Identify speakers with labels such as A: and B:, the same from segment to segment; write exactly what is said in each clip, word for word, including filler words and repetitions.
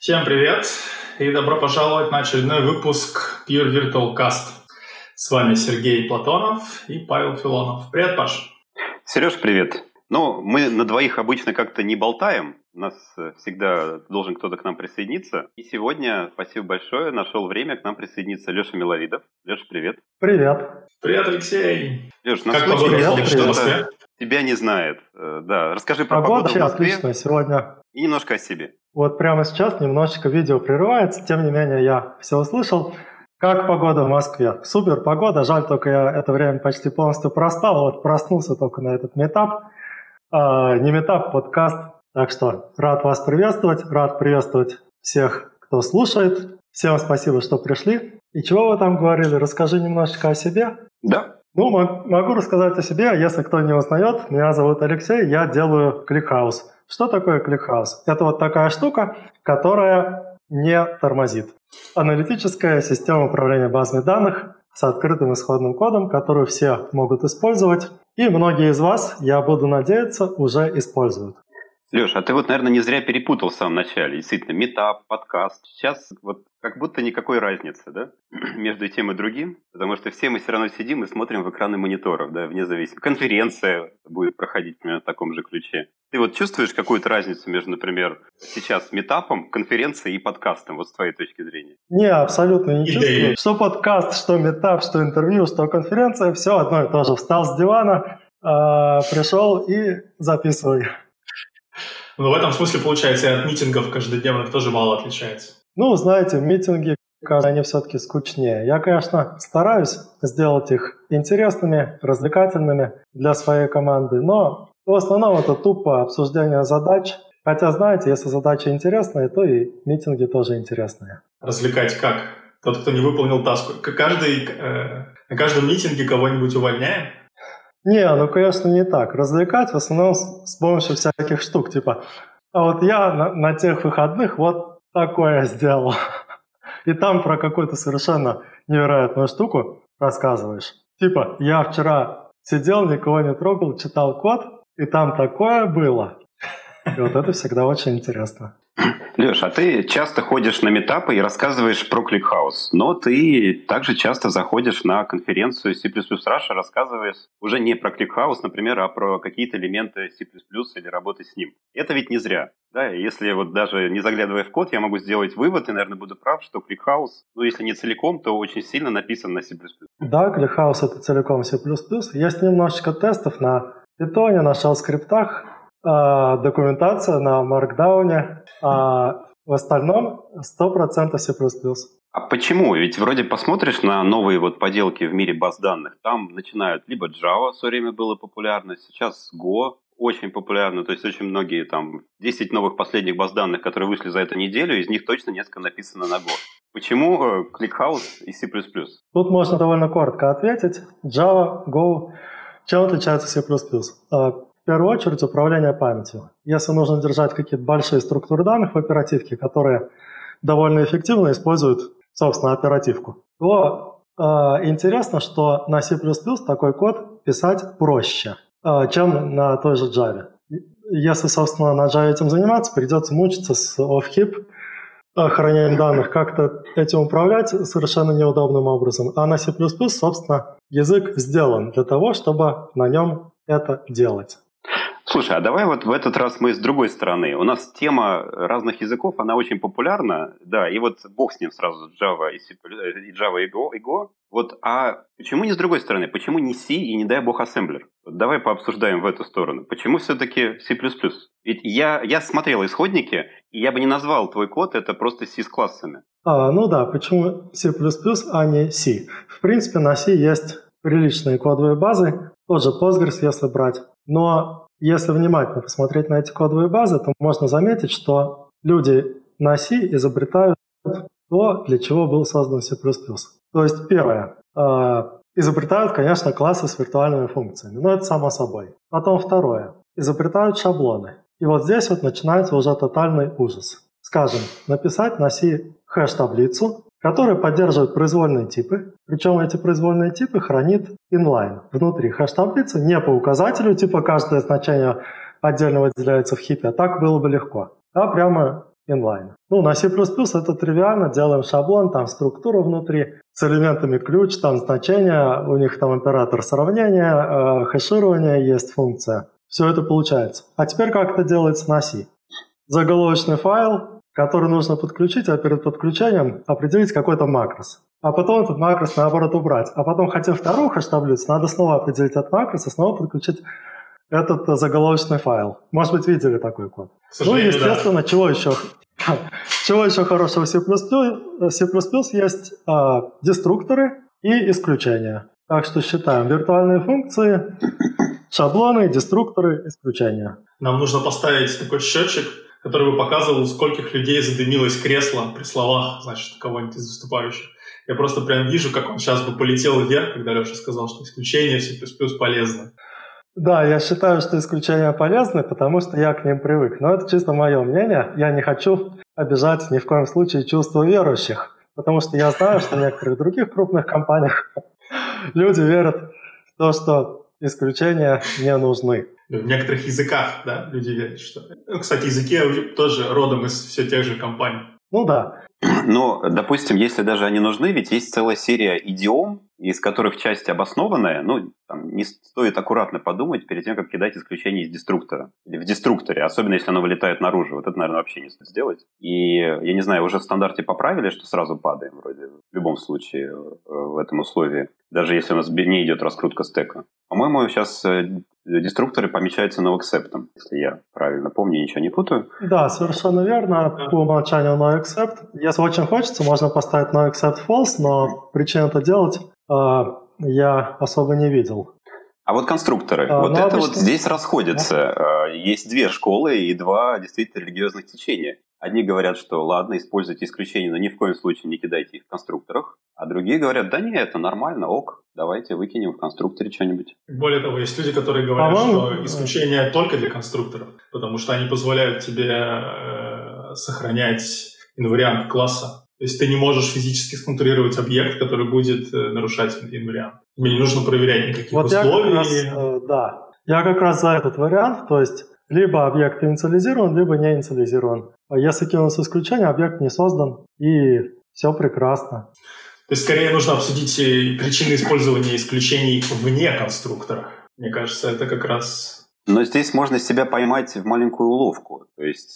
A: Всем привет и добро пожаловать на очередной выпуск Pure Virtual Cast. С вами Сергей Платонов и Павел Филонов. Привет, Паш.
B: Сереж, привет. Ну, мы на двоих обычно как-то не болтаем. У нас всегда должен кто-то к нам присоединиться. И сегодня, спасибо большое, нашел время к нам присоединиться Леша Миловидов. Леша, привет.
C: Привет.
A: Привет, Алексей.
B: Леш, на
A: как
B: случай,
A: погода
B: если
A: в
B: кто-то
A: Москве?
B: тебя не знает. Да, расскажи про
C: Погода
B: погоду в Москве.
C: отличная сегодня.
B: И немножко о себе.
C: Вот прямо сейчас немножечко видео прерывается, тем не менее я все услышал. Как погода в Москве? Супер погода, жаль, только я это время почти полностью проспал, вот проснулся только на этот метап. А, не метап, подкаст. Так что рад вас приветствовать, рад приветствовать всех, кто слушает. Всем спасибо, что пришли. И чего вы там говорили? Расскажи немножечко о себе.
B: Да.
C: Ну, могу рассказать о себе, если кто не узнает. Меня зовут Алексей, я делаю ClickHouse. Что такое ClickHouse? Это вот такая штука, которая не тормозит. Аналитическая система управления базами данных с открытым исходным кодом, которую все могут использовать. И многие из вас, я буду надеяться, уже используют.
B: Леш, а ты вот, наверное, не зря перепутал в самом начале. Действительно, метап, подкаст. Сейчас вот как будто никакой разницы, да, между тем и другим. Потому что все мы все равно сидим и смотрим в экраны мониторов, да, вне зависимости. Конференция будет проходить примерно в таком же ключе. Ты вот чувствуешь какую-то разницу между, например, сейчас метапом, конференцией и подкастом, вот с твоей точки зрения?
C: Не, абсолютно не чувствую. Что подкаст, что метап, что интервью, что конференция, все одно и то же. Встал с дивана, пришел и записывай.
A: Ну, в этом смысле, получается, и от митингов каждодневных тоже мало отличается.
C: Ну, знаете, митинги, кажется, они все-таки скучнее. Я, конечно, стараюсь сделать их интересными, развлекательными для своей команды, но в основном это тупо обсуждение задач. Хотя, знаете, если задачи интересные, то и митинги тоже интересные.
A: Развлекать как? Тот, кто не выполнил таску. Каждый, э, на каждом митинге кого-нибудь увольняем?
C: Не, ну, конечно, не так. Развлекать в основном с помощью всяких штук. Типа, а вот я на, на тех выходных вот такое сделал. И там про какую-то совершенно невероятную штуку рассказываешь. Типа, я вчера сидел, никого не трогал, читал код, и там такое было. И вот это всегда очень интересно.
B: Леш, а ты часто ходишь на метапы и рассказываешь про ClickHouse, но ты также часто заходишь на конференцию C++ Russia, рассказываешь уже не про ClickHouse, например, а про какие-то элементы C++ или работы с ним. Это ведь не зря. Да? Если вот даже не заглядывая в код, я могу сделать вывод, и, наверное, буду прав, что ClickHouse, ну, если не целиком, то очень сильно написан на C++. Да,
C: ClickHouse — это целиком C++. Есть немножечко тестов на Python, на shell-скриптах, документация на Markdown, а в остальном сто процентов C++.
B: А почему? Ведь вроде посмотришь на новые вот поделки в мире баз данных, там начинают либо Java, в свое время было популярно, сейчас Go очень популярно, то есть очень многие там, десять новых последних баз данных, которые вышли за эту неделю, из них точно несколько написано на Go. Почему ClickHouse и C++?
C: Тут можно довольно коротко ответить. Java, Go, чем отличается C++? В первую очередь управление памятью. Если нужно держать какие-то большие структуры данных в оперативке, которые довольно эффективно используют, собственно, оперативку, то э, интересно, что на C++ такой код писать проще, э, чем на той же Java. Если, собственно, на Java этим заниматься, придется мучиться с off-heap, хранением данных, как-то этим управлять совершенно неудобным образом. А на C++, собственно, язык сделан для того, чтобы на нем это делать.
B: Слушай, а давай вот в этот раз мы с другой стороны. У нас тема разных языков, она очень популярна, да, и вот бог с ним сразу, Java и, C++, и Java и Go, и Go. Вот, а почему не с другой стороны? Почему не C и не дай бог ассемблер? Вот давай пообсуждаем в эту сторону. Почему все-таки C++? Ведь я, я смотрел исходники, и я бы не назвал твой код, это просто C с классами.
C: А, ну да, почему C++, а не C? В принципе, на C есть приличные кодовые базы, тот же Postgres, если брать, но если внимательно посмотреть на эти кодовые базы, то можно заметить, что люди на C изобретают то, для чего был создан C++. То есть, первое, э, изобретают, конечно, классы с виртуальными функциями, но это само собой. Потом второе, изобретают шаблоны. И вот здесь вот начинается уже тотальный ужас. Скажем, написать на C хэш-таблицу, которая поддерживает произвольные типы, причем эти произвольные типы хранит inline внутри хэш-таблицы, не по указателю, типа каждое значение отдельно выделяется в хипе, а так было бы легко, а прямо inline. Ну, на C++ это тривиально, делаем шаблон, там структура внутри, с элементами ключ, там значения, у них там оператор сравнения, э, хэширование есть функция. Все это получается. А теперь как это делается на C? Заголовочный файл, который нужно подключить, а перед подключением определить какой-то макрос. А потом этот макрос, наоборот, убрать. А потом, хотя вторую хэш-таблицу, надо снова определить этот макрос и снова подключить этот заголовочный файл. Может быть, видели такой код? Ну и, естественно, да. чего еще? Чего еще хорошего в C++? В C++ есть а, деструкторы и исключения. Так что считаем виртуальные функции, шаблоны, деструкторы, исключения.
A: Нам нужно поставить такой счетчик, который бы показывал, у скольких людей задымилось кресло при словах, значит, кого-нибудь из выступающих. Я просто прям вижу, как он сейчас бы полетел вверх, когда Леша сказал, что исключения в C++ полезны.
C: Да, я считаю, что исключения полезны, потому что я к ним привык. Но это чисто мое мнение. Я не хочу обижать ни в коем случае чувства верующих, потому что я знаю, что в некоторых других крупных компаниях люди верят в то, что исключения не нужны.
A: В некоторых языках, да, люди верят, что... Кстати, языки тоже родом из все тех же компаний.
C: Ну да.
B: Но, допустим, если даже они нужны, ведь есть целая серия идиом, из которых часть обоснованная, ну, там, не стоит аккуратно подумать перед тем, как кидать исключение из деструктора. Или в деструкторе, особенно если оно вылетает наружу. Вот это, наверное, вообще не стоит сделать. И, я не знаю, уже в стандарте поправили, что сразу падаем вроде в любом случае в этом условии, даже если у нас не идет раскрутка стека. По-моему, сейчас деструкторы помечаются noAccept, если я правильно помню, ничего не путаю.
C: Да, совершенно верно. По умолчанию noAccept. Если очень хочется, можно поставить noAccept false, но причин это делать э, я особо не видел.
B: А вот конструкторы, а, вот это обычно... вот здесь расходятся. Да. Есть две школы и два действительно религиозных течения. Одни говорят, что ладно, используйте исключения, но ни в коем случае не кидайте их в конструкторах. А другие говорят, да не, это нормально, ок, давайте выкинем в конструкторе что-нибить.
A: Более того, есть люди, которые говорят, а что исключения только для конструкторов, потому что они позволяют тебе э, сохранять инвариант класса. То есть ты не можешь физически сконструировать объект, который будет э, нарушать инвариант. Тебе не нужно проверять никаких
C: вот
A: условий.
C: Я как раз, э, да, я как раз за этот вариант, то есть либо объект инициализирован, либо не инициализирован. Если кинулось исключение, объект не создан, и все прекрасно.
A: То есть скорее нужно обсудить причины использования исключений вне конструктора. Мне кажется, это как раз...
B: Но здесь можно себя поймать в маленькую уловку. То есть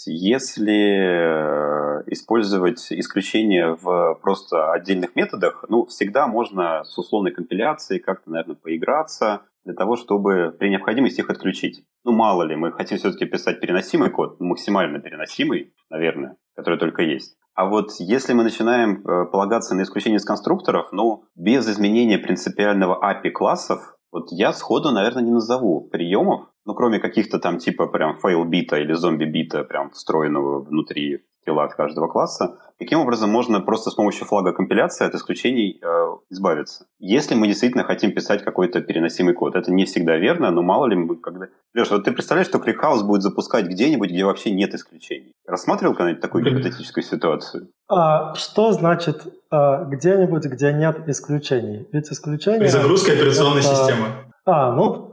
B: если использовать исключения в просто отдельных методах, ну, всегда можно с условной компиляцией как-то, наверное, поиграться для того, чтобы при необходимости их отключить. Ну, мало ли, мы хотим все-таки писать переносимый код, максимально переносимый, наверное, который только есть. А вот если мы начинаем э, полагаться на исключение из конструкторов, ну, без изменения принципиального эй пи ай классов, вот я сходу, наверное, не назову приемов, ну, кроме каких-то там типа прям фейл-бита или зомби-бита, прям встроенного внутри тела каждого класса, каким образом можно просто с помощью флага компиляции от исключений э, избавиться. Если мы действительно хотим писать какой-то переносимый код. Это не всегда верно, но мало ли мы когда... Леша, вот ты представляешь, что ClickHouse будет запускать где-нибудь, где вообще нет исключений? Рассматривал когда-нибудь такую гипотетическую ситуацию?
C: А что значит а, где-нибудь, где нет исключений? Ведь исключения...
A: При загрузке операционной это... системы.
C: А, ну...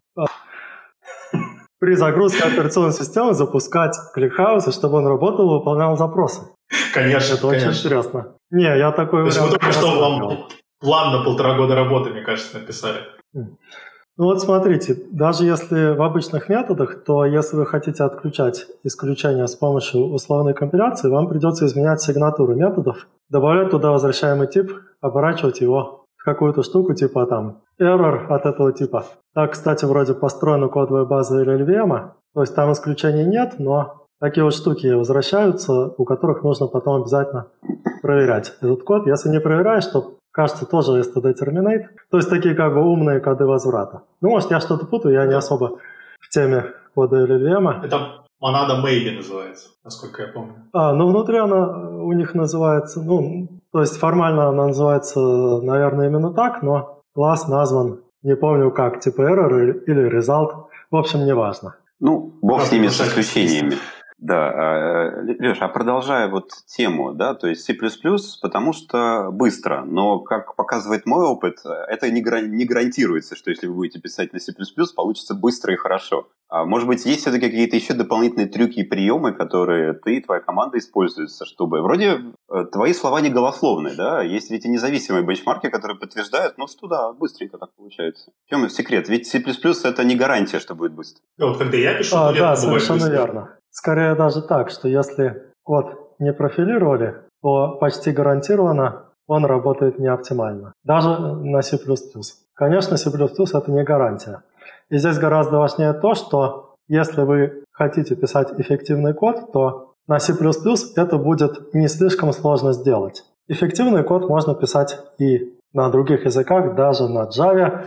C: При загрузке операционной системы запускать ClickHouse, чтобы он работал и выполнял запросы.
A: Конечно,
C: Это
A: конечно.
C: очень интересно. Не, я такой...
A: То есть вы только что вам план на полтора года работы, мне кажется, написали.
C: Ну вот смотрите, даже если в обычных методах, то если вы хотите отключать исключения с помощью условной компиляции, вам придется изменять сигнатуру методов, добавлять туда возвращаемый тип, оборачивать его в какую-то штуку типа там error от этого типа. Так, кстати, вроде построена кодовая база эл эл ви эм, то есть там исключений нет, но такие вот штуки возвращаются, у которых нужно потом обязательно проверять этот код. Если не проверяешь, то кажется тоже эс ти ди terminate, то есть такие как бы умные коды возврата. Ну, может, я что-то путаю, я не особо в теме кода эл эл ви эм.
A: Это монада maybe называется, насколько я помню.
C: А, ну внутри она у них называется, ну, то есть формально она называется, наверное, именно так, но класс назван, не помню как, типа error или result, в общем, неважно.
B: Ну, бог с ними, с исключениями. Да, Леш, а продолжая вот тему, да, то есть C++, потому что быстро, но, как показывает мой опыт, это не, гран- не гарантируется, что если вы будете писать на C++, получится быстро и хорошо. А может быть, есть все-таки какие-то еще дополнительные трюки и приемы, которые ты и твоя команда используются, чтобы... Вроде твои слова не голословные, да, есть ведь и независимые бенчмарки, которые подтверждают, ну что да, быстренько так получается. В чем секрет? Ведь C++ это не гарантия, что будет быстро.
A: Вот когда я пишу,
C: а,
A: то
C: да,
A: бывает
C: совершенно
A: быстро.
C: верно. Скорее даже так, что если код не профилировали, то почти гарантированно он работает не оптимально. Даже на C++. Конечно, C++ это не гарантия. И здесь гораздо важнее то, что если вы хотите писать эффективный код, то на C++ это будет не слишком сложно сделать. Эффективный код можно писать и на других языках, даже на Java,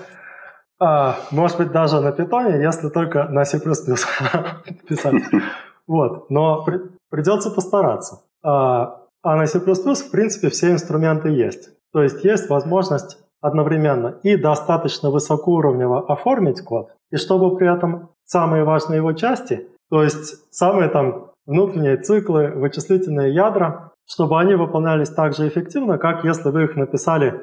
C: а, может быть, даже на Python, если только на C++ писать. Вот, но при, придется постараться. А, а на C++, в принципе, все инструменты есть. То есть есть возможность одновременно и достаточно высокоуровнево оформить код, и чтобы при этом самые важные его части, то есть самые там внутренние циклы, вычислительные ядра, чтобы они выполнялись так же эффективно, как если вы их написали,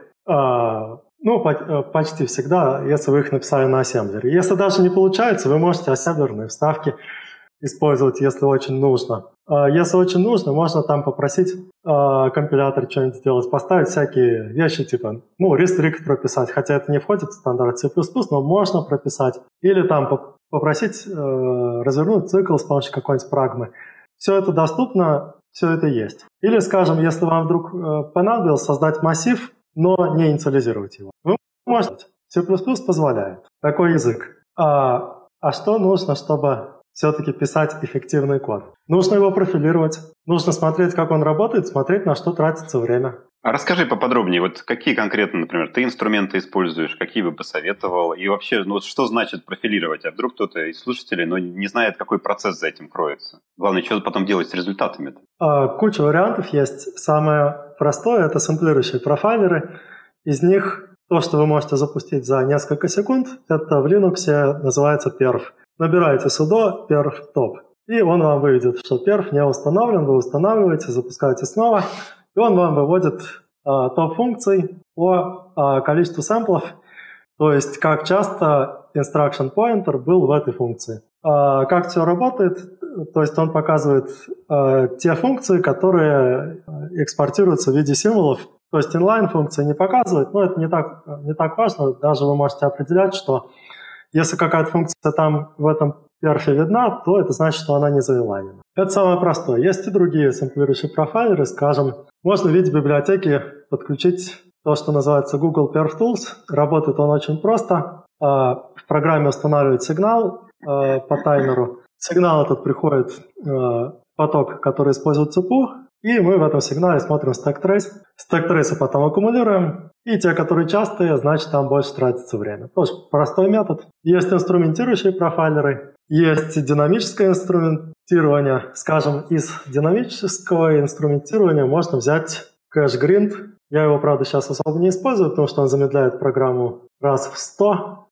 C: а, ну, по, почти всегда, если вы их написали на ассемблере. Если даже не получается, вы можете ассемблерные вставки использовать, если очень нужно. Если очень нужно, можно там попросить э, компилятор что-нибудь сделать, поставить всякие вещи, типа, ну, restrict прописать, хотя это не входит в стандарт C++, но можно прописать. Или там попросить э, развернуть цикл с помощью какой-нибудь прагмы. Все это доступно, все это есть. Или, скажем, если вам вдруг э, понадобилось создать массив, но не инициализировать его. Вы можете. C++ позволяет. Такой язык. А, а что нужно, чтобы все-таки писать эффективный код? Нужно его профилировать, нужно смотреть, как он работает, смотреть, на что тратится время.
B: А расскажи поподробнее, вот какие конкретно, например, ты инструменты используешь, какие бы посоветовал, и вообще, ну вот что значит профилировать? А вдруг кто-то из слушателей, ну, не знает, какой процесс за этим кроется? Главное, что потом делать с результатами-то?
C: А, куча вариантов есть. Самое простое — это сэмплирующие профайлеры. Из них то, что вы можете запустить за несколько секунд, это в Linux называется perf. Набираете sudo perf top, и он вам выведет, что perf не установлен, вы устанавливаете, запускаете снова, и он вам выводит а, топ-функций по а, количеству сэмплов, то есть как часто instruction pointer был в этой функции. А, как все работает, то есть он показывает а, те функции, которые экспортируются в виде символов, то есть inline-функции не показывает, но это не так, не так важно, даже вы можете определять, что если какая-то функция там в этом перфе видна, то это значит, что она не заинлайнена. Это самое простое. Есть и другие сэмплирующие профайлеры, скажем, можно в виде библиотеки подключить то, что называется Google Perf Tools. Работает он очень просто. В программе устанавливает сигнал по таймеру. Сигнал этот приходит в поток, который использует цепу, и мы в этом сигнале смотрим stack trace. Stack trace потом аккумулируем, и те, которые частые, значит, там больше тратится время. Тоже простой метод. Есть инструментирующие профайлеры, есть динамическое инструментирование. Скажем, из динамического инструментирования можно взять CacheGrind. Я его, правда, сейчас особо не использую, потому что он замедляет программу раз в сто.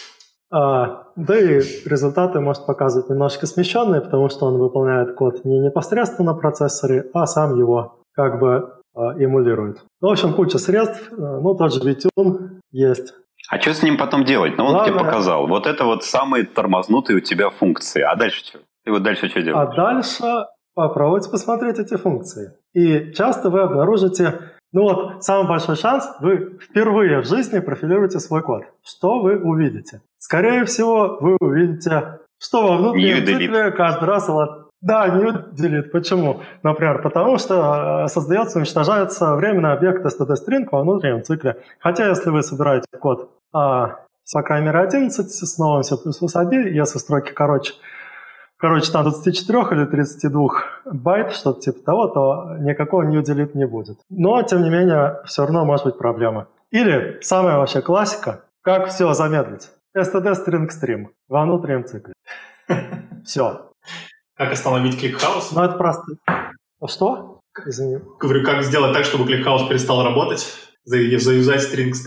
C: А, да и результаты может показывать немножко смещенные, потому что он выполняет код не непосредственно на процессоре, а сам его как бы а, эмулирует. Ну, в общем, куча средств. Ну, тот же VTune есть.
B: А что с ним потом делать? Ну, он
C: Главное...
B: тебе показал. Вот это вот самые тормознутые у тебя функции. А дальше что? Ты вот дальше что делаешь?
C: А дальше попробуйте посмотреть эти функции. И часто вы обнаружите... Ну вот, самый большой шанс, вы впервые в жизни профилируете свой код. Что вы увидите? Скорее всего, вы увидите, что во внутреннем цикле каждый раз... Да, new delete. Почему? Например, потому что создается, уничтожается временный объект std-string во внутреннем цикле. Хотя, если вы собираете код а, по крайней мере одиннадцать с новым C++ один, если строки короче, короче, там двадцать четыре или тридцать два байт, что-то типа того, то никакого new delete не будет. Но, тем не менее, все равно может быть проблема. Или самая вообще классика, как все замедлить. std-string stream во внутреннем цикле. Все.
A: Как остановить ClickHouse?
C: Ну, это просто... Что? Извини.
A: Говорю, как сделать так, чтобы ClickHouse перестал работать? Заюзать string stream?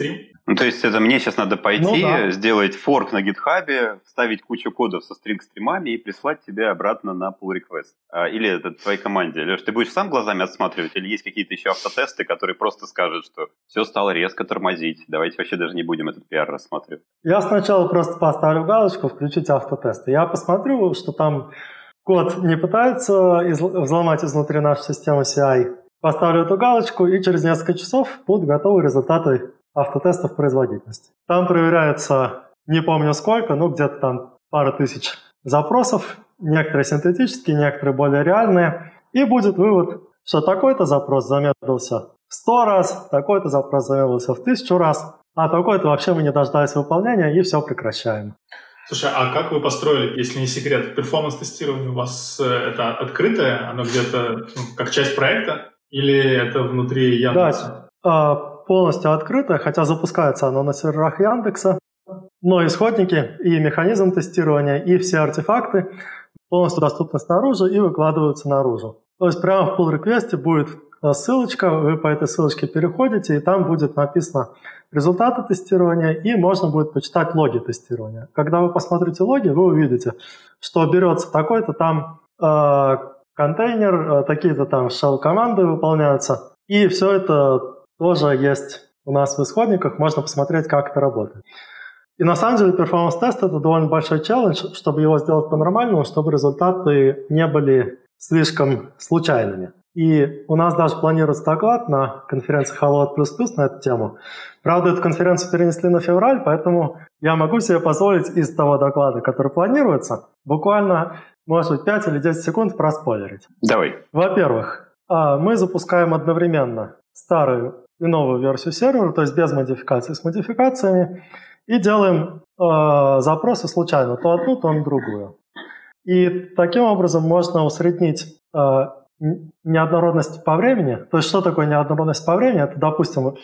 B: Ну, то есть это мне сейчас надо пойти,
C: Ну да.
B: сделать форк на гитхабе, вставить кучу кодов со стринг-стримами и прислать тебе обратно на pull request. А, или это твоей команде. Леш, ты будешь сам глазами отсматривать, или есть какие-то еще автотесты, которые просто скажут, что все стало резко тормозить, давайте вообще даже не будем этот пиар рассматривать?
C: Я сначала просто поставлю галочку «Включить автотесты». Я посмотрю, что там код не пытается из- взломать изнутри нашу систему си ай. Поставлю эту галочку, и через несколько часов будут готовы результаты автотестов производительности. Там проверяется, не помню сколько, ну где-то там пара тысяч запросов, некоторые синтетические, некоторые более реальные, и будет вывод, что такой-то запрос замедлился в сто раз, такой-то запрос замедлился в тысячу раз, а такой-то вообще мы не дождались выполнения и все прекращаем.
A: Слушай, а как вы построили, если не секрет, перформанс-тестирование у вас э, это открытое, оно где-то ну, как часть проекта, или это внутри Яндекса?
C: Да, полностью открытое, хотя запускается оно на серверах Яндекса, но исходники и механизм тестирования, и все артефакты полностью доступны снаружи и выкладываются наружу. То есть прямо в pull request будет ссылочка, вы по этой ссылочке переходите, и там будет написано результаты тестирования, и можно будет почитать логи тестирования. Когда вы посмотрите логи, вы увидите, что берется такой-то там э, контейнер, э, такие-то там shell-команды выполняются, и все это тоже есть у нас в исходниках, можно посмотреть, как это работает. И на самом деле перформанс-тест — это довольно большой челлендж, чтобы его сделать по-нормальному, чтобы результаты не были слишком случайными. И у нас даже планируется доклад на конференции Hello плюс плюс на эту тему. Правда, эту конференцию перенесли на февраль, поэтому я могу себе позволить из того доклада, который планируется, буквально, может быть, пять или десять секунд проспойлерить.
B: Давай.
C: Во-первых, мы запускаем одновременно старую и новую версию сервера, то есть без модификаций, с модификациями, и делаем э, запросы случайно, то одну, то на другую. И таким образом можно усреднить э, неоднородность по времени. То есть что такое неоднородность по времени? Это, допустим, э,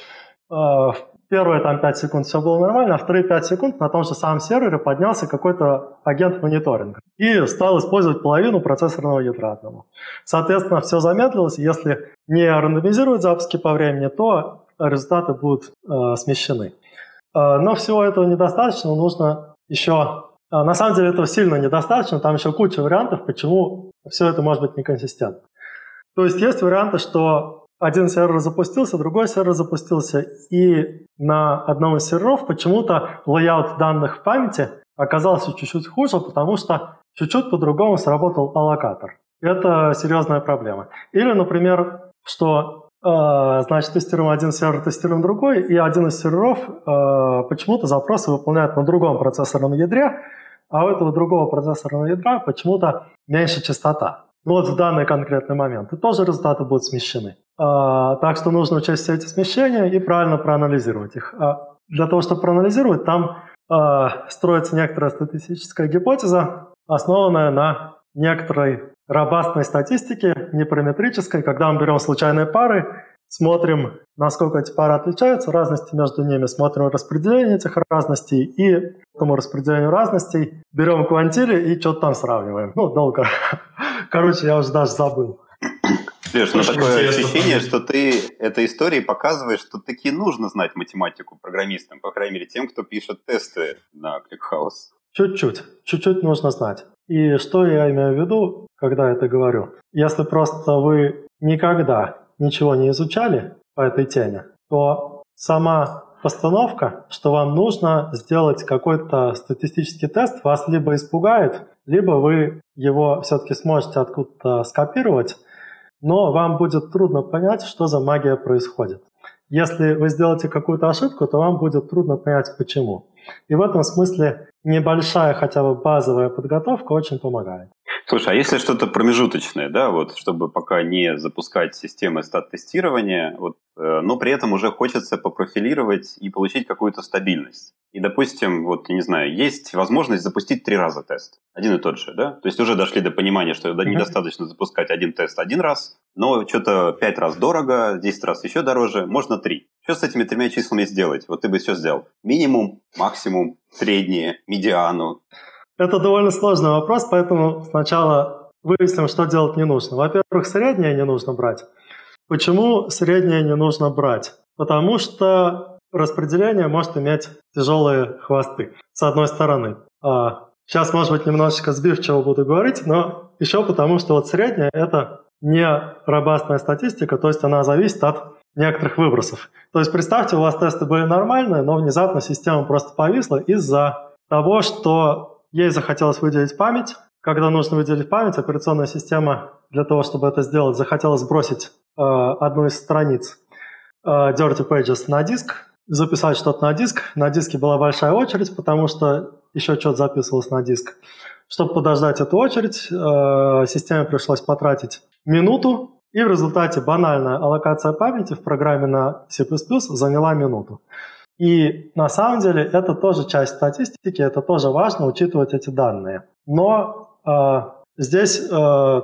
C: в первые там, пять секунд все было нормально, а вторые пять секунд на том же самом сервере поднялся какой-то агент мониторинга и стал использовать половину процессорного ядра одного. Соответственно, все замедлилось. Если не рандомизировать запуски по времени, то результаты будут э, смещены. Э, но всего этого недостаточно, нужно еще... Э, на самом деле этого сильно недостаточно, там еще куча вариантов, почему все это может быть неконсистентно. То есть есть варианты, что один сервер запустился, другой сервер запустился, и на одном из серверов почему-то лейаут данных в памяти оказался чуть-чуть хуже, потому что чуть-чуть по-другому сработал аллокатор. Это серьезная проблема. Или, например, что э, значит, тестируем один сервер, тестируем другой, и один из серверов э, почему-то запросы выполняет на другом процессорном ядре, а у этого другого процессорного ядра почему-то меньше частота. Вот в данный конкретный момент. И тоже результаты будут смещены. А, так что нужно учесть все эти смещения и правильно проанализировать их. А для того, чтобы проанализировать, там а, строится некоторая статистическая гипотеза, основанная на некоторой робастной статистике, непараметрической, когда мы берем случайные пары, смотрим, насколько эти пары отличаются, разности между ними, смотрим распределение этих разностей и по этому распределению разностей берем квантили и что-то там сравниваем. Ну, долго. Короче, я уже даже забыл.
B: Леш, ну такое ощущение, что ты этой историей показываешь, что таки нужно знать математику программистам, по крайней мере тем, кто пишет тесты на ClickHouse.
C: Чуть-чуть, чуть-чуть нужно знать. И что я имею в виду, когда это говорю? Если просто вы никогда ничего не изучали по этой теме, то сама постановка, что вам нужно сделать какой-то статистический тест, вас либо испугает, либо вы его все-таки сможете откуда-то скопировать, но вам будет трудно понять, что за магия происходит. Если вы сделаете какую-то ошибку, то вам будет трудно понять, почему. И в этом смысле небольшая хотя бы базовая подготовка очень помогает.
B: Слушай, а если что-то промежуточное, да, вот, чтобы пока не запускать системы стат-тестирования, вот, э, но при этом уже хочется попрофилировать и получить какую-то стабильность. И, допустим, вот, я не знаю, есть возможность запустить три раза тест, один и тот же, да? То есть уже дошли до понимания, что mm-hmm. недостаточно запускать один тест один раз, но что-то пять раз дорого, десять раз еще дороже, можно три. Что с этими тремя числами сделать? Вот ты бы все сделал. Минимум, максимум, среднее, медиану.
C: Это довольно сложный вопрос, поэтому сначала выясним, что делать не нужно. Во-первых, среднее не нужно брать. Почему среднее не нужно брать? Потому что распределение может иметь тяжелые хвосты, с одной стороны. Сейчас, может быть, немножечко сбивчиво буду говорить, но еще потому, что вот средняя – это не робастная статистика, то есть она зависит от некоторых выбросов. То есть представьте, у вас тесты были нормальные, но внезапно система просто повисла из-за того, что ей захотелось выделить память. Когда нужно выделить память, операционная система для того, чтобы это сделать, захотела сбросить э, одну из страниц э, Dirty Pages на диск, записать что-то на диск. На диске была большая очередь, потому что еще что-то записывалось на диск. Чтобы подождать эту очередь, э, системе пришлось потратить минуту, и в результате банальная аллокация памяти в программе на C++ заняла минуту. И на самом деле это тоже часть статистики, это тоже важно учитывать эти данные. Но э, здесь э,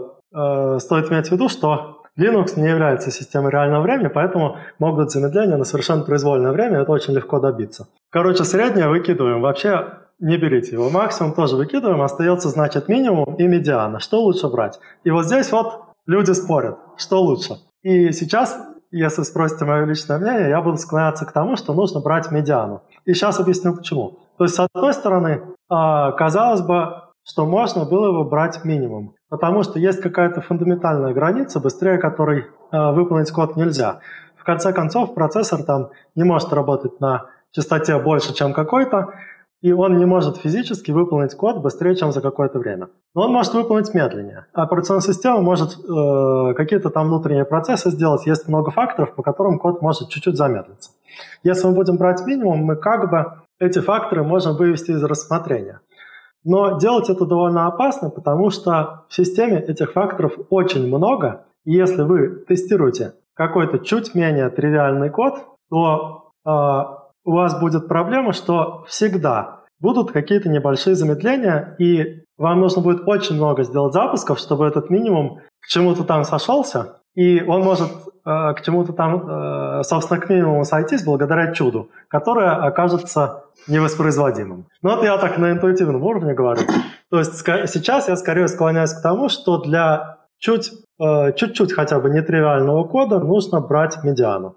C: э, стоит иметь в виду, что Linux не является системой реального времени, поэтому могут быть замедления на совершенно произвольное время, это очень легко добиться. Короче, среднее выкидываем, вообще не берите его. Максимум тоже выкидываем, остается, значит, минимум и медиана. Что лучше брать? И вот здесь вот люди спорят, что лучше. И сейчас, если спросите мое личное мнение, я буду склоняться к тому, что нужно брать медиану. И сейчас объясню почему. То есть, с одной стороны, казалось бы, что можно было бы брать минимум, потому что есть какая-то фундаментальная граница, быстрее которой выполнить код нельзя. В конце концов, процессор там не может работать на частоте больше, чем какой-то, и он не может физически выполнить код быстрее, чем за какое-то время. Но он может выполнить медленнее. А операционная система может э, какие-то там внутренние процессы сделать. Есть много факторов, по которым код может чуть-чуть замедлиться. Если мы будем брать минимум, мы как бы эти факторы можем вывести из рассмотрения. Но делать это довольно опасно, потому что в системе этих факторов очень много. И если вы тестируете какой-то чуть менее тривиальный код, то э, у вас будет проблема, что всегда будут какие-то небольшие замедления, и вам нужно будет очень много сделать запусков, чтобы этот минимум к чему-то там сошелся, и он может э, к чему-то там, э, собственно, к минимуму сойтись благодаря чуду, которое окажется невоспроизводимым. Ну вот я так на интуитивном уровне говорю. То есть сейчас я скорее склоняюсь к тому, что для чуть, э, чуть-чуть хотя бы нетривиального кода нужно брать медиану.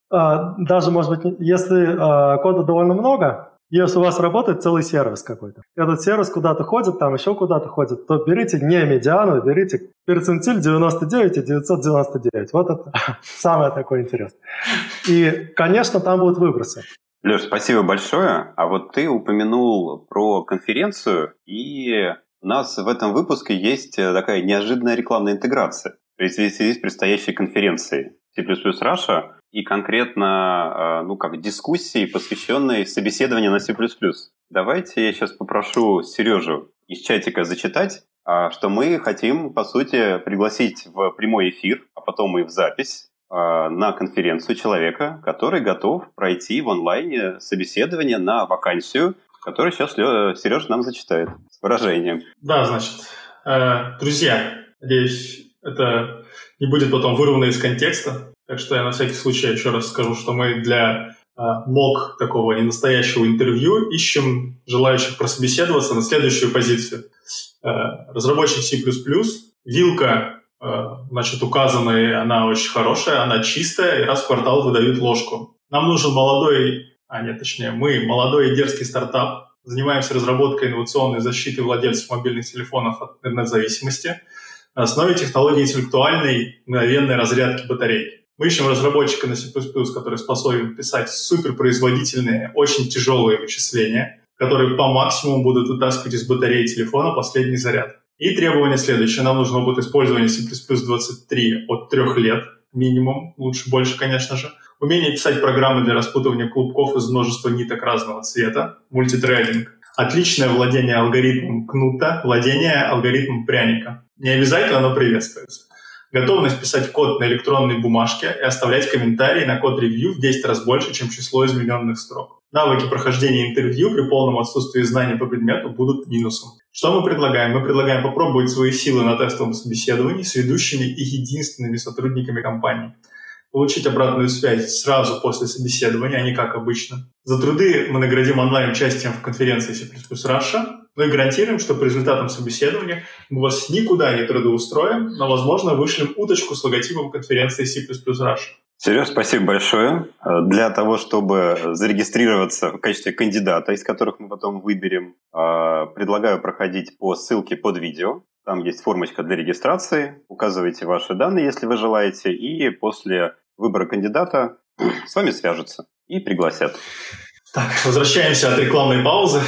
C: Даже, может быть, если э, кода довольно много, если у вас работает целый сервис какой-то, этот сервис куда-то ходит, там еще куда-то ходит, то берите не медиану, берите перцентиль девяносто девять и девятьсот девяносто девять. Вот это самое такое интересное. И, конечно, там будут выбросы.
B: Леш, спасибо большое. А вот ты упомянул про конференцию, и у нас в этом выпуске есть такая неожиданная рекламная интеграция в связи с предстоящей конференцией C++ Russia. И конкретно, ну, как дискуссии, посвященные собеседованию на C++. Давайте я сейчас попрошу Сережу из чатика зачитать, что мы хотим, по сути, пригласить в прямой эфир, а потом и в запись на конференцию человека, который готов пройти в онлайне собеседование на вакансию, которую сейчас Сережа нам зачитает с выражением.
A: Да, значит, друзья, надеюсь, это не будет потом вырвано из контекста. Так что я на всякий случай еще раз скажу, что мы для э, мок такого ненастоящего интервью ищем желающих прособеседоваться на следующую позицию. Э, разработчик C++, вилка, э, значит, указанная, она очень хорошая, она чистая, и раз в квартал выдают ложку. Нам нужен молодой, а нет, точнее, мы, молодой и дерзкий стартап, занимаемся разработкой инновационной защиты владельцев мобильных телефонов от интернет-зависимости на основе технологии интеллектуальной мгновенной разрядки батарей. Мы ищем разработчика на C++, который способен писать суперпроизводительные, очень тяжелые вычисления, которые по максимуму будут вытаскивать из батареи телефона последний заряд. И требование следующее. Нам нужен опыт использования C++ двадцать три от трех лет минимум, лучше больше, конечно же. Умение писать программы для распутывания клубков из множества ниток разного цвета, мультитрейдинг. Отличное владение алгоритмом кнута, владение алгоритмом пряника. Не обязательно, но приветствуется. Готовность писать код на электронной бумажке и оставлять комментарии на код-ревью в десять раз больше, чем число измененных строк. Навыки прохождения интервью при полном отсутствии знаний по предмету будут минусом. Что мы предлагаем? Мы предлагаем попробовать свои силы на тестовом собеседовании с ведущими и единственными сотрудниками компании. Получить обратную связь сразу после собеседования, а не как обычно. За труды мы наградим онлайн-участием в конференции C++ Russia, но и гарантируем, что по результатам собеседования мы вас никуда не трудоустроим, но, возможно, вышлем уточку с логотипом конференции C++ Russia.
B: Сереж, спасибо большое. Для того, чтобы зарегистрироваться в качестве кандидата, из которых мы потом выберем, предлагаю проходить по ссылке под видео. Там есть формочка для регистрации. Указывайте ваши данные, если вы желаете, и после выбора кандидата с вами свяжутся и пригласят.
A: Так, возвращаемся от рекламной паузы.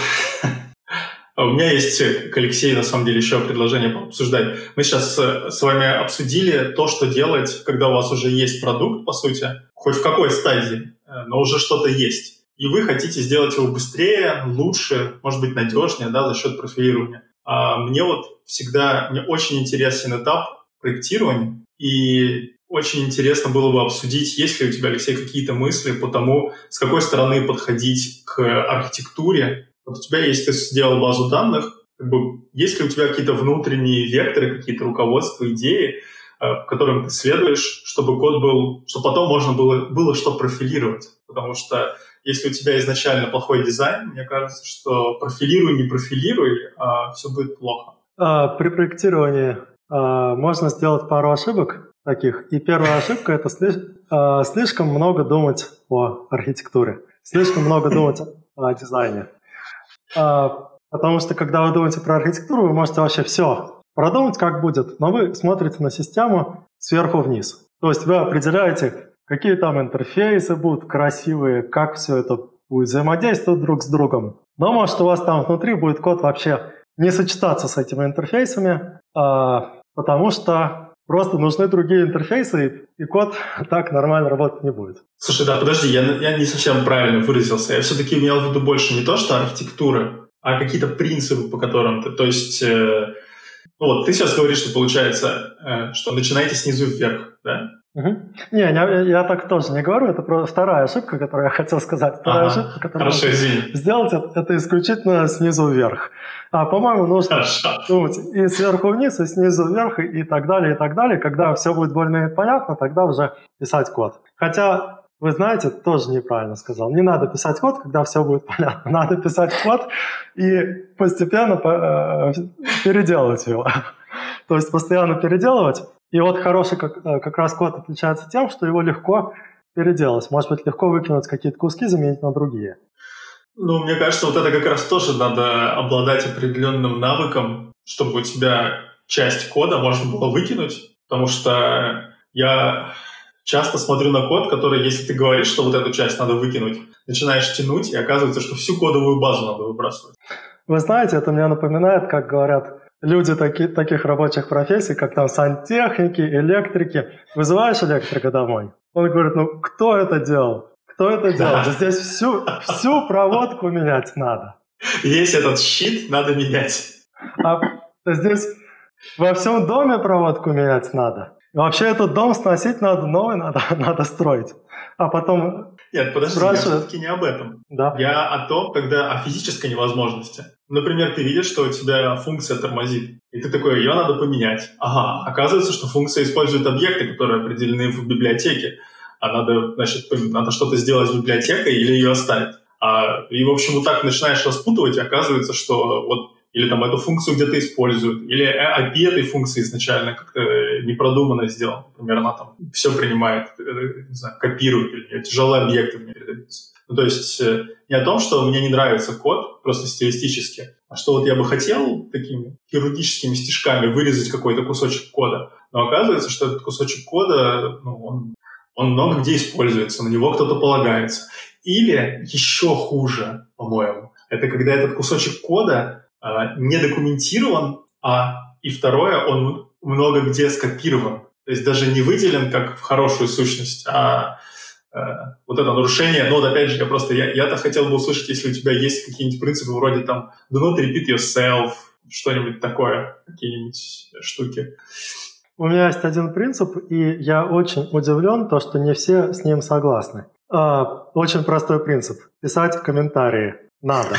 A: У меня есть к Алексею, на самом деле, еще предложение пообсуждать. Мы сейчас с вами обсудили то, что делать, когда у вас уже есть продукт, по сути, хоть в какой стадии, но уже что-то есть. И вы хотите сделать его быстрее, лучше, может быть, надежнее, да, за счет профилирования. А мне вот всегда, мне очень интересен этап проектирования, и очень интересно было бы обсудить, есть ли у тебя, Алексей, какие-то мысли по тому, с какой стороны подходить к архитектуре. Вот у тебя есть, ты сделал базу данных, как бы, есть ли у тебя какие-то внутренние векторы, какие-то руководства, идеи, по которым ты следуешь, чтобы код был, чтобы потом можно было, было что профилировать. Потому что если у тебя изначально плохой дизайн, мне кажется, что профилируй, не профилируй, а все будет плохо.
C: А, при проектировании а, можно сделать пару ошибок таких. И первая ошибка – это слиш- а, слишком много думать о архитектуре, слишком много думать о дизайне. А, потому что, когда вы думаете про архитектуру, вы можете вообще все продумать, как будет, но вы смотрите на систему сверху вниз. То есть вы определяете, какие там интерфейсы будут красивые, как все это будет взаимодействовать друг с другом. Но может у вас там внутри будет код вообще не сочетаться с этими интерфейсами, а, потому что просто нужны другие интерфейсы, и код так нормально работать не будет.
A: Слушай, да, подожди, я, я не совсем правильно выразился. Я все-таки имел в виду больше не то, что архитектура, а какие-то принципы, по которым ты... То есть, э, ну вот, ты сейчас говоришь, что получается, э, что начинаете снизу вверх, да?
C: Угу. Не, я, я так тоже не говорю, это просто вторая ошибка, которую я хотел сказать. Вторая
A: ага.
C: ошибка, которую
A: Хорошо, извини.
C: сделать, это, это исключительно снизу вверх. А, по-моему, нужно
A: Хорошо.
C: думать и сверху вниз, и снизу вверх, и, и так далее, и так далее. Когда все будет более-менее понятно, тогда уже писать код. Хотя, вы знаете, тоже неправильно сказал. Не надо писать код, когда все будет понятно. Надо писать код и постепенно э, переделывать его. То есть постоянно переделывать. И вот хороший как, как раз код отличается тем, что его легко переделать. Может быть, легко выкинуть какие-то куски, заменить на другие.
A: Ну, мне кажется, вот это как раз тоже надо обладать определенным навыком, чтобы у тебя часть кода можно было выкинуть. Потому что я часто смотрю на код, который, если ты говоришь, что вот эту часть надо выкинуть, начинаешь тянуть, и оказывается, что всю кодовую базу надо выбрасывать.
C: Вы знаете, это мне напоминает, как говорят люди таки, таких рабочих профессий, как там сантехники, электрики. Вызываешь электрика домой? Он говорит, ну кто это делал? Кто это делал? Да здесь всю, всю проводку менять надо.
A: Весь этот щит надо менять.
C: А здесь во всем доме проводку менять надо. Вообще этот дом сносить надо, новый надо, надо строить. А потом...
A: Нет, подожди, спрашивают... я все-таки не об этом.
C: Да.
A: Я о том, когда о физической невозможности. Например, ты видишь, что у тебя функция тормозит, и ты такой, ее надо поменять. Ага, оказывается, что функция использует объекты, которые определены в библиотеке. А надо, значит, надо что-то сделать с библиотекой или ее оставить. А, и, в общем, вот так начинаешь распутывать, и оказывается, что вот или там эту функцию где-то используют, или эй пи этой функции изначально как-то непродуманно сделан. Например, она там все принимает, не знаю, копирует, или тяжелые объекты в ней передаются. Ну, то есть не о том, что мне не нравится код, просто стилистически, а что вот я бы хотел такими хирургическими стежками вырезать какой-то кусочек кода. Но оказывается, что этот кусочек кода, ну, он, он много где используется, на него кто-то полагается. Или еще хуже, по-моему, это когда этот кусочек кода не документирован, а и второе, он много где скопирован. То есть даже не выделен как в хорошую сущность, а э, вот это нарушение. Но вот опять же, я просто, я, я-то хотел бы услышать, если у тебя есть какие-нибудь принципы вроде там do not repeat yourself, что-нибудь такое, какие-нибудь штуки.
C: У меня есть один принцип, и я очень удивлен, то, что не все с ним согласны. А, очень простой принцип. Писать комментарии надо.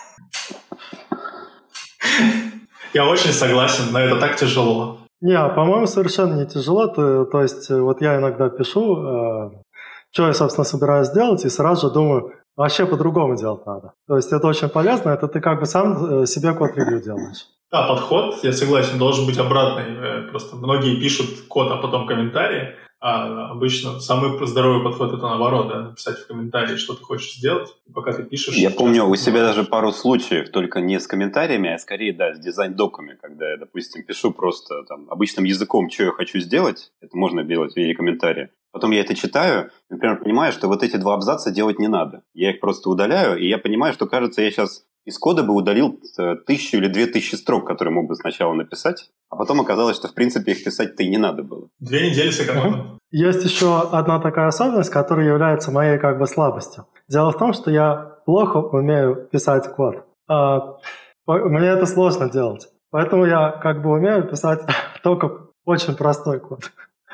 A: Я очень согласен, но это так тяжело.
C: Не, по-моему, совершенно не тяжело. То, то есть вот я иногда пишу, э, что я, собственно, собираюсь делать, и сразу же думаю, вообще по-другому делать надо. То есть это очень полезно, это ты как бы сам себе код-ревью делаешь.
A: Да, подход, я согласен, должен быть обратный. Просто многие пишут код, а потом комментарии. А обычно самый здоровый подход — это наоборот, да, написать в комментарии, что ты хочешь сделать, пока ты пишешь.
B: Я помню у себя даже пару случаев, только не с комментариями, а скорее, да, с дизайн-доками, когда я, допустим, пишу просто там обычным языком, что я хочу сделать, это можно делать в виде комментария. Потом я это читаю, например, понимаю, что вот эти два абзаца делать не надо. Я их просто удаляю, и я понимаю, что, кажется, я сейчас из кода бы удалил тысячу или две тысячи строк, которые мог бы сначала написать, а потом оказалось, что, в принципе, их писать-то и не надо было.
A: Две недели сэкономил.
C: Есть еще одна такая особенность, которая является моей как бы слабостью. Дело в том, что я плохо умею писать код. А, мне это сложно делать. Поэтому я как бы умею писать только очень простой код.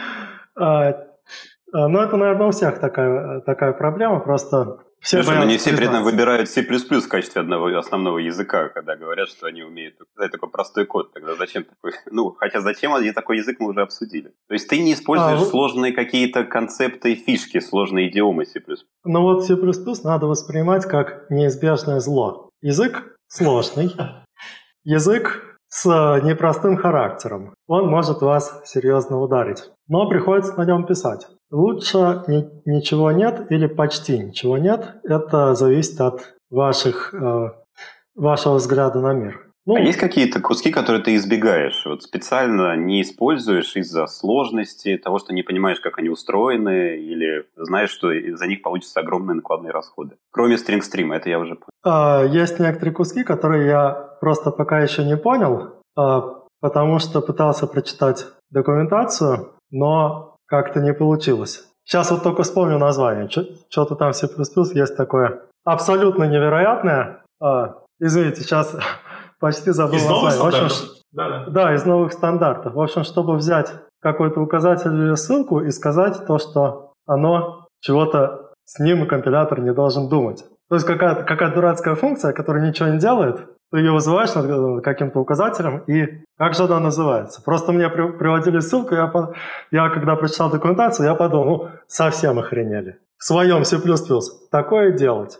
C: А, но это, наверное, у всех такая, такая проблема, просто все
B: Слушай, но не все при этом
C: признаться.
B: выбирают C++ в качестве одного основного языка, когда говорят, что они умеют писать такой простой код. Тогда зачем такой? Ну, хотя зачем один такой язык мы уже обсудили. То есть ты не используешь
C: А,
B: сложные какие-то концепты и фишки, сложные идиомы C++.
C: Но вот C++ надо воспринимать как неизбежное зло. Язык сложный, язык с непростым характером. Он может вас серьезно ударить. Но приходится на нем писать. Лучше ни, ничего нет или почти ничего нет. Это зависит от ваших, э, вашего взгляда на мир. Ну,
B: а есть какие-то куски, которые ты избегаешь? Вот специально не используешь из-за сложности, того, что не понимаешь, как они устроены, или знаешь, что из-за них получатся огромные накладные расходы? Кроме string-stream, это я уже понял.
C: Э, есть некоторые куски, которые я просто пока еще не понял, э, потому что пытался прочитать документацию, но как-то не получилось. Сейчас вот только вспомню название. Что-то там в C++ есть такое абсолютно невероятное. А, извините, сейчас почти забыл
A: из
C: название.
A: Новых
C: общем,
A: стандартов? Да, да.
C: да, из новых стандартов. В общем, чтобы взять какой-то указатель или ссылку и сказать то, что оно чего-то с ним компилятор не должен думать. То есть какая-то какая дурацкая функция, которая ничего не делает, ты ее вызываешь над каким-то указателем, и как же она называется? Просто мне при, приводили ссылку, я, по, я когда прочитал документацию, я подумал, ну, совсем охренели. В своем C++ такое делать.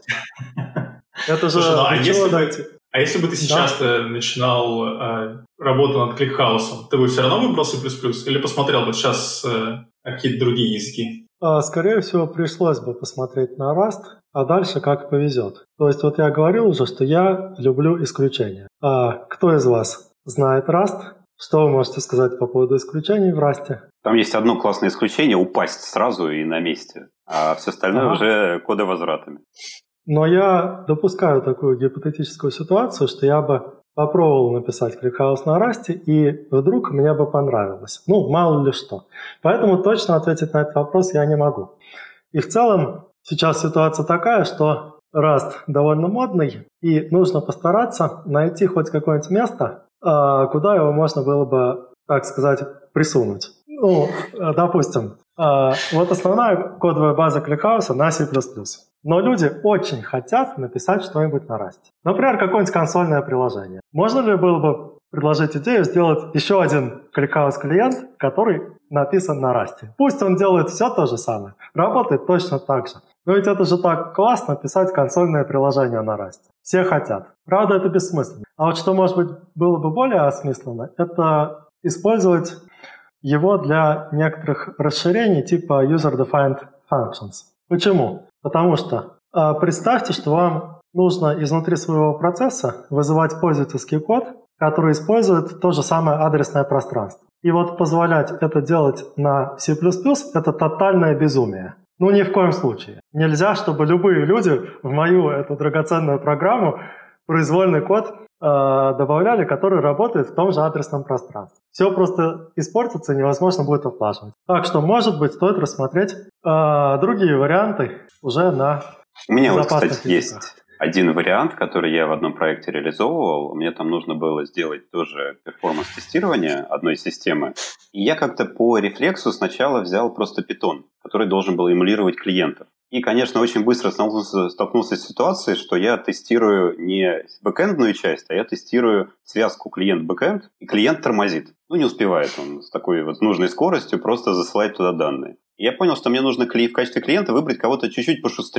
C: Это же...
A: Слушай, ну, а, если
C: дайте?
A: бы, а если бы ты сейчас да? начинал э, работу над кликхаусом, ты бы все равно выбрал C++ или посмотрел бы сейчас э, какие-то другие языки?
C: Скорее всего, пришлось бы посмотреть на Rust, а дальше как повезет. То есть вот я говорил уже, что я люблю исключения. А кто из вас знает Rust? Что вы можете сказать по поводу исключений в Rust?
B: Там есть одно классное исключение — упасть сразу и на месте, а все остальное ага. уже кодовозвратами.
C: Но я допускаю такую гипотетическую ситуацию, что я бы попробовал написать кликхаус на Rust, и вдруг мне бы понравилось. Ну, мало ли что. Поэтому точно ответить на этот вопрос я не могу. И в целом сейчас ситуация такая, что Rust довольно модный, и нужно постараться найти хоть какое-нибудь место, куда его можно было бы, так сказать, присунуть. Ну, допустим, вот основная кодовая база кликхауса на C++. Но люди очень хотят написать что-нибудь на Rust. Например, какое-нибудь консольное приложение. Можно ли было бы предложить идею сделать еще один кликхаус-клиент, который написан на Rust? Пусть он делает все то же самое, работает точно так же. Но ведь это же так классно писать консольное приложение на Rust. Все хотят. Правда, это бессмысленно. А вот что, может быть, было бы более осмысленно, это использовать его для некоторых расширений типа user-defined functions. Почему? Потому что э, представьте, что вам нужно изнутри своего процесса вызывать пользовательский код, который использует то же самое адресное пространство. И вот позволять это делать на C++ — это тотальное безумие. Ну, ни в коем случае. Нельзя, чтобы любые люди в мою эту драгоценную программу произвольный код э, добавляли, который работает в том же адресном пространстве. Все просто испортится и невозможно будет отлаживать. Так что, может быть, стоит рассмотреть э, другие варианты уже на
B: У меня вот, кстати,
C: языках.
B: есть один вариант, который я в одном проекте реализовывал. Мне там нужно было сделать тоже перформанс-тестирование одной системы. И я как-то по рефлексу сначала взял просто Python, который должен был эмулировать клиентов. И, конечно, очень быстро столкнулся, столкнулся с ситуацией, что я тестирую не бэкэндную часть, а я тестирую связку клиент-бэкэнд, и клиент тормозит. Ну, не успевает он с такой вот нужной скоростью просто засылать туда данные. И я понял, что мне нужно в качестве клиента выбрать кого-то чуть-чуть пошустрее.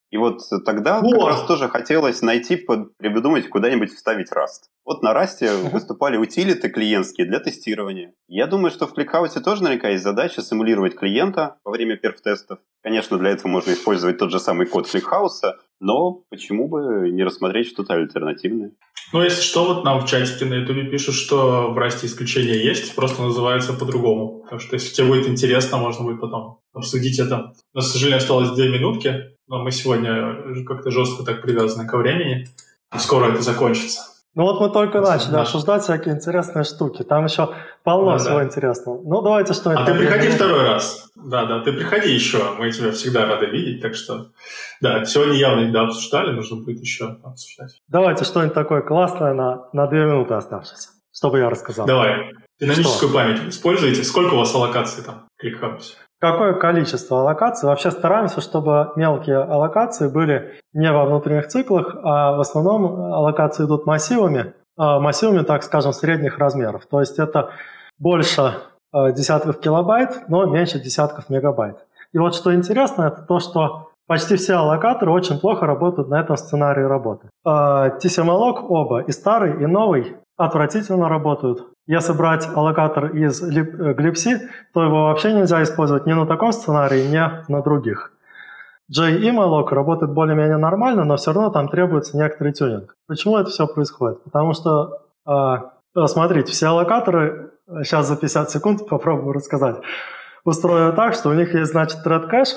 B: И вот тогда
A: вот.
B: как раз тоже хотелось найти, придумать, куда-нибудь вставить Rust. Вот на Rust uh-huh. выступали утилиты клиентские для тестирования. Я думаю, что в ClickHouse тоже наверняка есть задача симулировать клиента во время перф-тестов. Конечно, для этого можно использовать тот же самый код ClickHouse, но почему бы не рассмотреть что-то альтернативное?
A: Ну, если что, вот нам в чатике на Ютубе пишут, что в Rust исключения есть, просто называется по-другому. Потому что если тебе будет интересно, можно будет потом обсудить это. У нас, к сожалению, осталось две минутки, но мы сегодня как-то жестко так привязаны ко времени. Скоро это закончится.
C: Ну вот мы только
A: Просто
C: начали
A: наш...
C: обсуждать всякие интересные штуки. Там еще полно да, всего да. интересного. Ну, давайте что-нибудь...
A: А ты приходи минут. Второй раз. Да, да, ты приходи еще. Мы тебя всегда рады видеть. Так что, да, сегодня явно не обсуждали, нужно будет еще обсуждать.
C: Давайте что-нибудь такое классное на, на две минуты оставшееся, чтобы я рассказал.
A: Давай. Динамическую память используете? Сколько у вас аллокаций там в ClickHouse?
C: Какое количество аллокаций? Вообще стараемся, чтобы мелкие аллокации были не во внутренних циклах, а в основном аллокации идут массивами, массивами, так скажем, средних размеров. То есть это больше десятков килобайт, но меньше десятков мегабайт. И вот что интересно, это то, что почти все аллокаторы очень плохо работают на этом сценарии работы. ти си эм аллок оба, и старый, и новый, отвратительно работают. Если брать аллокатор из glibc, то его вообще нельзя использовать ни на таком сценарии, ни на других. джей и эм аллок работает более-менее нормально, но все равно там требуется некоторый тюнинг. Почему это все происходит? Потому что, э, смотрите, все аллокаторы, сейчас за пятьдесят секунд попробую рассказать, устроены так, что у них есть, значит, thread cache.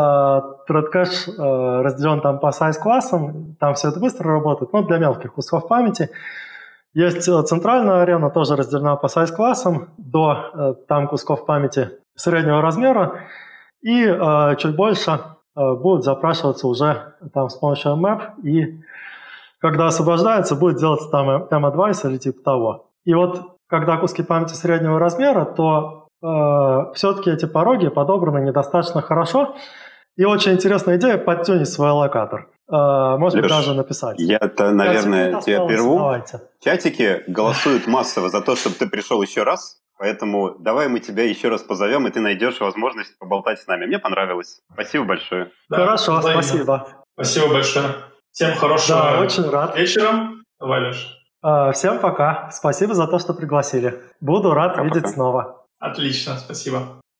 C: Thread cache э, разделен там по size-классам, там все это быстро работает, но для мелких кусков памяти. Есть центральная арена, тоже разделена по size-классам, до э, там кусков памяти среднего размера, и э, чуть больше э, будет запрашиваться уже там с помощью map, и когда освобождается, будет делаться там M-Advice или типа того. И вот когда куски памяти среднего размера, то э, все-таки эти пороги подобраны недостаточно хорошо, и очень интересная идея подтюнить свой аллокатор. Uh, может
B: Леш,
C: быть, даже написать.
B: Я-то, наверное, тебя прерву.
C: Давайте.
B: Чатики голосуют массово за то, чтобы ты пришел еще раз, поэтому давай мы тебя еще раз позовем, и ты найдешь возможность поболтать с нами. Мне понравилось. Спасибо большое.
C: Да, Хорошо, взаимно. Спасибо.
A: Спасибо большое. Всем хорошего
C: да, очень рад.
A: вечера. Давай, Леш.
C: Uh, всем пока. Спасибо за то, что пригласили. Буду рад пока, видеть пока. снова.
A: Отлично, спасибо.